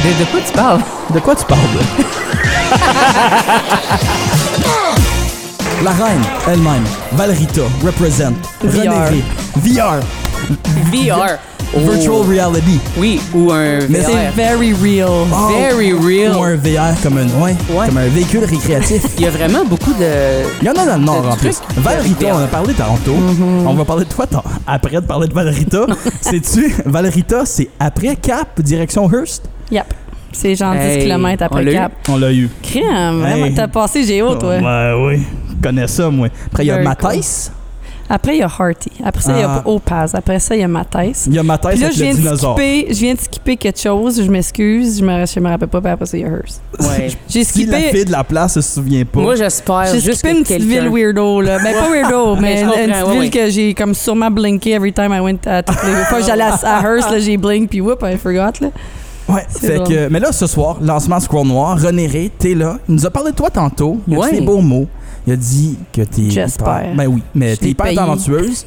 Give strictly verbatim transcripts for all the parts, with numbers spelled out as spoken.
De, de quoi tu parles? De quoi tu parles? La reine elle-même, Valerita, represent, V R. René V R. V R. Oh. Virtual reality. Oui, ou un V R. Mais C'est very real. Oh, Very real. Ou un V R comme un, ouais, Ouais. comme un véhicule récréatif. Il y a vraiment beaucoup de... Il y en a dans le Nord de en plus. trucs. Valerita, on a parlé tantôt. Mm-hmm. On va parler de toi tant- après de parler de Valerita. Sais-tu, Valerita, c'est après Cap, direction Hearst? Yep. C'est genre Hey, dix kilomètres on après l'a eu. Cap. On l'a eu. Crème, vraiment, Hey. t'as passé Géo, toi. Ouais, oui. Je connais ça, moi. Après, il y a Very Matthijs. Après, il y a Hearty. Après ça, il y Ah. a Opaz. Après ça, il y a Matthijs. Il y a Matthijs Puis là, avec je le viens, de dinosaure. skipper, je viens de skipper quelque chose. Je m'excuse. Je me, je me rappelle pas. Puis après ça, il y a Hearst. Ouais. J'ai Si la skippé... fille de la place se souvient pas. Moi, j'espère J'ai juste skippé que une petite quelqu'un... ville weirdo, là. Mais pas weirdo, Mais mais je une, une comprends, petite ouais, ville ouais. que j'ai comme sûrement blinké every time I went à toutes les fois que j'allais à, à Hearst, là, j'ai blink, puis whoop, I forgot, là. Ouais, C'est fait drôle. que, mais là, ce soir, lancement de Squirrel Noir, René Ré, t'es là. Il nous a parlé de toi tantôt. Il a Ouais. dit des beaux mots. Il a dit que t'es. J'espère. hyper- Ben oui, mais Je t'es l'ai hyper payé. talentueuse.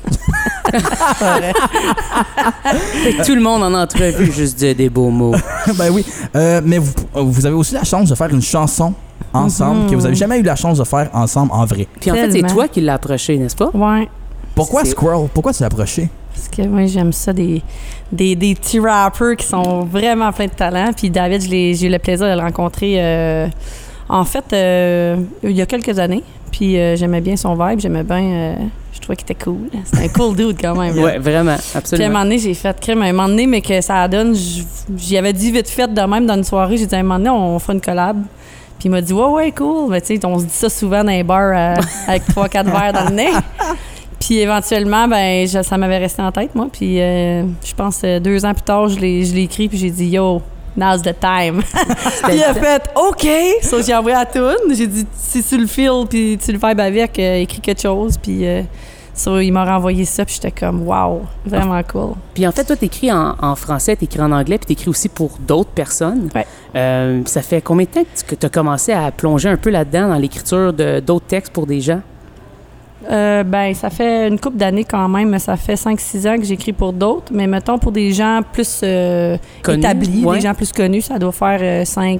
Fait que tout le monde en entrevue juste dit des beaux mots. Ben oui. Euh, mais vous, vous avez aussi la chance de faire une chanson ensemble Mhm. que vous avez jamais eu la chance de faire ensemble en vrai. Puis en fait, c'est Tellement. toi qui l'as approché, n'est-ce pas? Ouais. Pourquoi C'est- Squirrel? Pourquoi tu l'as approché? Parce que moi, j'aime ça, des, des, des petits rappers qui sont vraiment pleins de talent. Puis David, je l'ai- j'ai eu le plaisir de le rencontrer, euh, en fait, euh, il y a quelques années. Puis euh, j'aimais bien son vibe, j'aimais bien... euh, je trouvais qu'il était cool. C'était un cool dude quand même. là. Ouais, vraiment, Puis à un absolument. moment donné, j'ai fait crème. À un moment donné, mais que ça donne, j- j'y avais dit vite fait de même dans une soirée. J'ai dit à un moment donné, on fera une collab. Puis il m'a dit, ouais, ouais, cool. Mais tu sais, on se dit ça souvent dans les bars euh, avec trois, quatre verres dans le nez. Puis éventuellement, ben, je- ça m'avait resté en tête, moi. Puis euh, je pense euh, deux ans plus tard, je l'ai je l'ai écrit. Puis j'ai dit, yo, now's the time. Puis il a fait, OK. So, j'ai envoyé à Toon. J'ai dit, si tu le files, puis tu le vibes avec, euh, écris quelque chose. Puis euh, so, il m'a renvoyé ça. Puis j'étais comme, wow, vraiment cool. Puis en fait, toi, t'écris en, en français, t'écris en anglais, puis t'écris aussi pour d'autres personnes. Ouais. Euh, ça fait combien de temps que tu as commencé à plonger un peu là-dedans, dans l'écriture de d'autres textes pour des gens? Euh, ben, ça fait une couple d'années quand même, mais ça fait cinq six ans que j'écris pour d'autres. Mais mettons, pour des gens plus euh, Connus, établis, ouais. des gens plus connus, ça doit faire cinq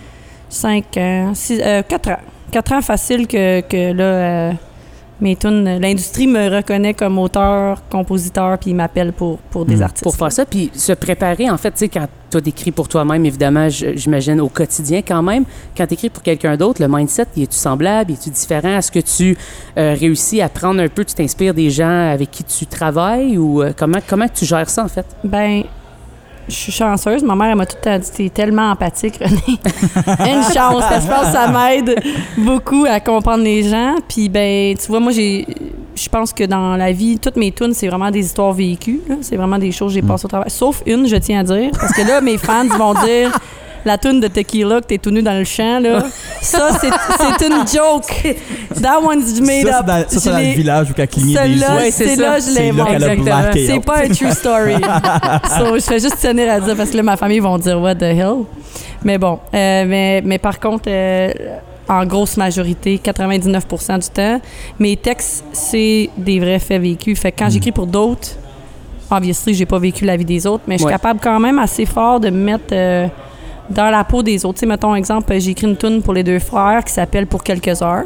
ans, six, euh, quatre ans. quatre ans facile que, que là, euh, mes tunes, l'industrie me reconnaît comme auteur, compositeur, puis ils m'appellent pour, pour des Mm. artistes. Pour faire ça, puis se préparer, en fait, tu sais, quand tu as écrit pour toi-même, évidemment, j- j'imagine au quotidien quand même, quand tu écris pour quelqu'un d'autre, le mindset, y est-tu semblable, y est-tu différent? Est-ce que tu euh, réussis à prendre un peu, tu t'inspires des gens avec qui tu travailles ou euh, comment, comment tu gères ça, en fait? Ben, je suis chanceuse. Ma mère, elle m'a tout le temps dit, t'es tellement empathique, René. Une chance. Parce que je pense que ça m'aide beaucoup à comprendre les gens. Puis, ben, tu vois, moi, j'ai, je pense que dans la vie, toutes mes tunes, c'est vraiment des histoires vécues. là. C'est vraiment des choses que j'ai passées au travail. Sauf une, je tiens à dire. Parce que là, mes fans vont dire, la tune de Tequila, que t'es tout nu dans le champ, là. Ça, c'est, c'est une joke. That one's made Ça, c'est up. dans, ça, c'est Je dans le l'ai- village où elle clignait des Celle-là, yeux. Ouais, c'est c'est ça. là, je C'est l'ai là qu'elle a Exactement. blacké C'est out. pas un true story. So, je fais juste tenir à dire parce que là, ma famille vont dire what the hell. Mais bon, euh, mais, mais par contre, euh, en grosse majorité, quatre-vingt-dix-neuf pour cent du temps, mes textes, c'est des vrais faits vécus. Fait que quand j'écris pour d'autres, obviously, j'ai pas vécu la vie des autres, mais je suis Ouais. capable quand même assez fort de me mettre euh, dans la peau des autres. Tu sais, mettons, exemple, j'ai écrit une tune pour les deux frères qui s'appelle Pour quelques heures.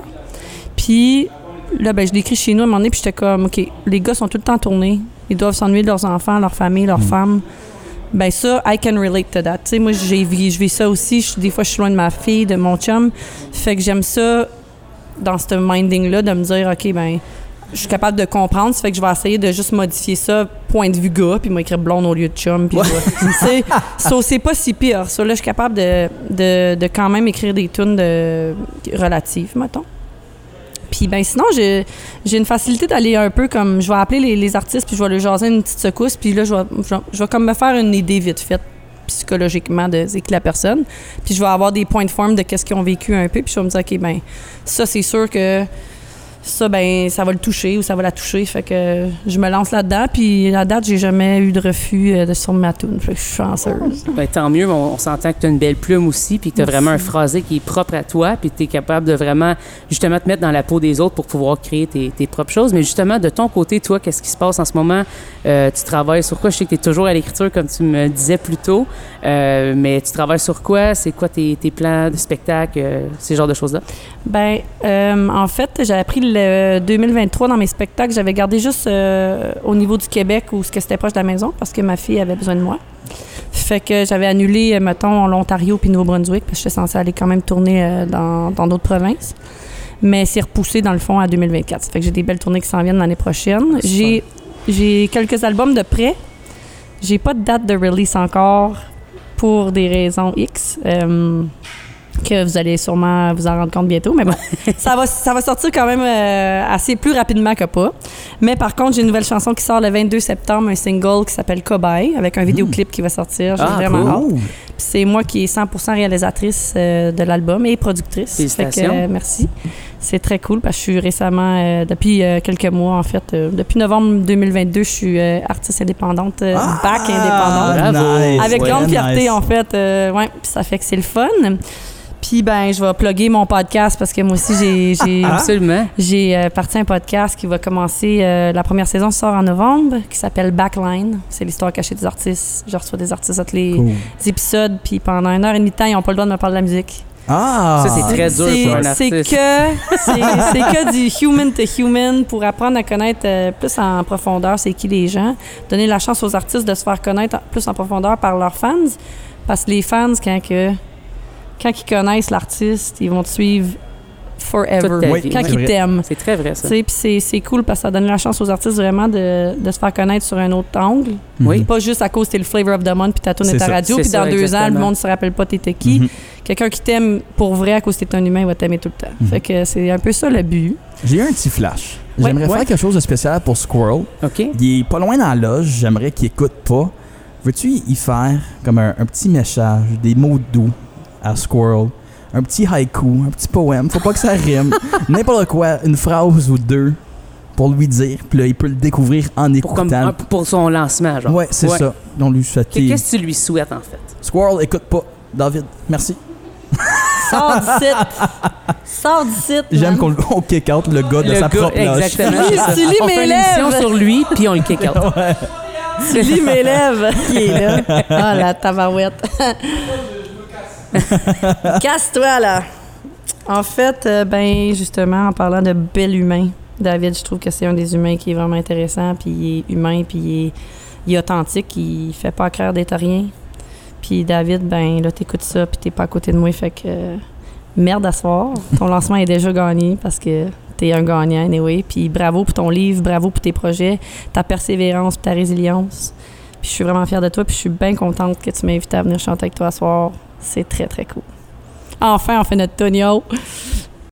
Puis là, ben, je l'ai écrit chez nous à un moment donné, puis j'étais comme, OK, les gars sont tout le temps tournés. Ils doivent s'ennuyer de leurs enfants, leur famille, leurs femmes. Ben ça, I can relate to that. Tu sais, moi, j'ai, vis- je vis ça aussi. Je- des fois, je suis loin de ma fille, de mon chum. Fait que j'aime ça, dans ce minding-là, de me dire, OK, ben je suis capable de comprendre. Ça fait que je vais essayer de juste modifier ça, point de vue gars, puis m'écrire blonde au lieu de chum. Puis je vais- tu sais, so, c'est pas si pire. Ça, là, je suis capable de, de, de quand même écrire des tunes de, relatives, mettons. Puis ben sinon, j'ai, j'ai une facilité d'aller un peu comme... Je vais appeler les, les artistes, puis je vais leur jaser une petite secousse, puis là, je vais, je, vais, je vais comme me faire une idée vite faite, psychologiquement, de c'est qui la personne. Puis je vais avoir des points de forme de qu'est-ce qu'ils ont vécu un peu, puis je vais me dire, OK, ben ça, c'est sûr que ça, ben, ça va le toucher ou ça va la toucher. Fait que je me lance là-dedans. Puis à date, j'ai jamais eu de refus euh, de sur ma tune. Fait que je suis chanceuse. Ben, tant mieux, on, on s'entend que tu as une belle plume aussi, puis que tu as vraiment un phrasé qui est propre à toi, puis tu es capable de vraiment, justement, te mettre dans la peau des autres pour pouvoir créer tes, tes propres choses. Mais justement, de ton côté, toi, qu'est-ce qui se passe en ce moment? Euh, tu travailles sur quoi? Je sais que tu es toujours à l'écriture, comme tu me disais plus tôt, euh, mais tu travailles sur quoi? C'est quoi tes, tes plans de spectacle, euh, ces genres de choses-là? Ben, euh, en fait, j'avais pris le deux mille vingt-trois dans mes spectacles. J'avais gardé juste euh, au niveau du Québec où c'était proche de la maison parce que ma fille avait besoin de moi. Fait que j'avais annulé, mettons, l'Ontario puis Nouveau-Brunswick parce que j'étais censée aller quand même tourner euh, dans, dans d'autres provinces. Mais c'est repoussé, dans le fond, à deux mille vingt-quatre. Ça fait que j'ai des belles tournées qui s'en viennent l'année prochaine. J'ai, j'ai quelques albums de prêt. J'ai pas de date de release encore pour des raisons X. Euh, que vous allez sûrement vous en rendre compte bientôt, mais bon, ça va, ça va sortir quand même euh, assez plus rapidement que pas. Mais par contre, j'ai une nouvelle chanson qui sort le vingt-deux septembre, un single qui s'appelle Cobaye, avec un vidéoclip qui va sortir. J'ai Ah, vraiment cool. hâte. Puis c'est moi qui est cent pour cent réalisatrice euh, de l'album et productrice. Félicitations. Fait que, euh, merci. C'est très cool parce que je suis récemment, euh, depuis euh, quelques mois en fait, euh, depuis novembre deux mille vingt-deux, je suis euh, artiste indépendante, euh, Ah, back indépendante. Bravo. nice, Avec ouais, grande fierté, nice. en fait. Euh, ouais, puis ça fait que c'est le fun. Puis, ben, je vais plugger mon podcast parce que moi aussi, j'ai, j'ai, Absolument. j'ai euh, parti un podcast qui va commencer. Euh, la première saison sort en novembre, qui s'appelle Backline. C'est l'histoire cachée des artistes. Je reçois des artistes à tous les Cool. épisodes, puis pendant une heure et demie de temps, ils n'ont pas le droit de me parler de la musique. Ah! Ça, c'est très dur C'est- pour un C'est artiste. que, c'est, c'est que du human to human pour apprendre à connaître euh, plus en profondeur c'est qui les gens. Donner la chance aux artistes de se faire connaître en- plus en profondeur par leurs fans. Parce que les fans, quand, que, quand ils connaissent l'artiste, ils vont te suivre forever. Toute ta Oui, vie. Quand c'est ils vrai. t'aiment. C'est très vrai, ça. Tu sais, puis c'est, c'est cool parce que ça donne la chance aux artistes vraiment de, de se faire connaître sur un autre angle. Oui. Pas juste à cause que t'es le flavor of the month puis ta tune C'est est à ça. radio C'est puis ça, dans deux ans, exactement. le monde se rappelle pas t'étais qui. Mhm. Quelqu'un qui t'aime pour vrai à cause que t'es un humain, il va t'aimer tout le temps. Mhm. Fait que c'est un peu ça le but. J'ai eu un petit flash. Ouais, J'aimerais ouais. faire quelque chose de spécial pour Squirrel. OK. Il est pas loin dans la loge. J'aimerais qu'il écoute pas. Veux-tu y faire comme un, un petit message, des mots doux à Squirrel? Un petit haïku, un petit poème. Faut pas que ça rime. N'importe quoi, une phrase ou deux pour lui dire. Puis là, il peut le découvrir en Pour, comme, écoutant. un- pour son lancement, genre. Ouais, c'est Ouais. ça. On lui souhaite. Qu'est-ce que tu lui souhaites, en fait? Squirrel, écoute pas. David, merci. Sors du site! Sors du site! J'aime man. qu'on on kick out le gars de Le sa gars, propre loge. exactement. Oui, c'est ça. tu lis On mes fait une émission lèvres. sur lui, puis on le kick out. Ouais. Tu lis mes lèvres! Il est là. Ah, la tabarouette. Casse-toi, là! En fait, euh, ben, justement, en parlant de bel humain, David, je trouve que c'est un des humains qui est vraiment intéressant, puis il est humain, puis il est, il est authentique, il fait pas croire d'être rien. Puis David, ben, là, t'écoutes ça, puis t'es pas à côté de moi, fait que euh, merde à soir. Ton lancement est déjà gagné parce que t'es un gagnant, anyway. Puis bravo pour ton livre, bravo pour tes projets, ta persévérance, ta résilience. Puis je suis vraiment fière de toi, puis je suis bien contente que tu m'as invité à venir chanter avec toi ce soir. C'est très, très cool. Enfin, on fait notre tonio.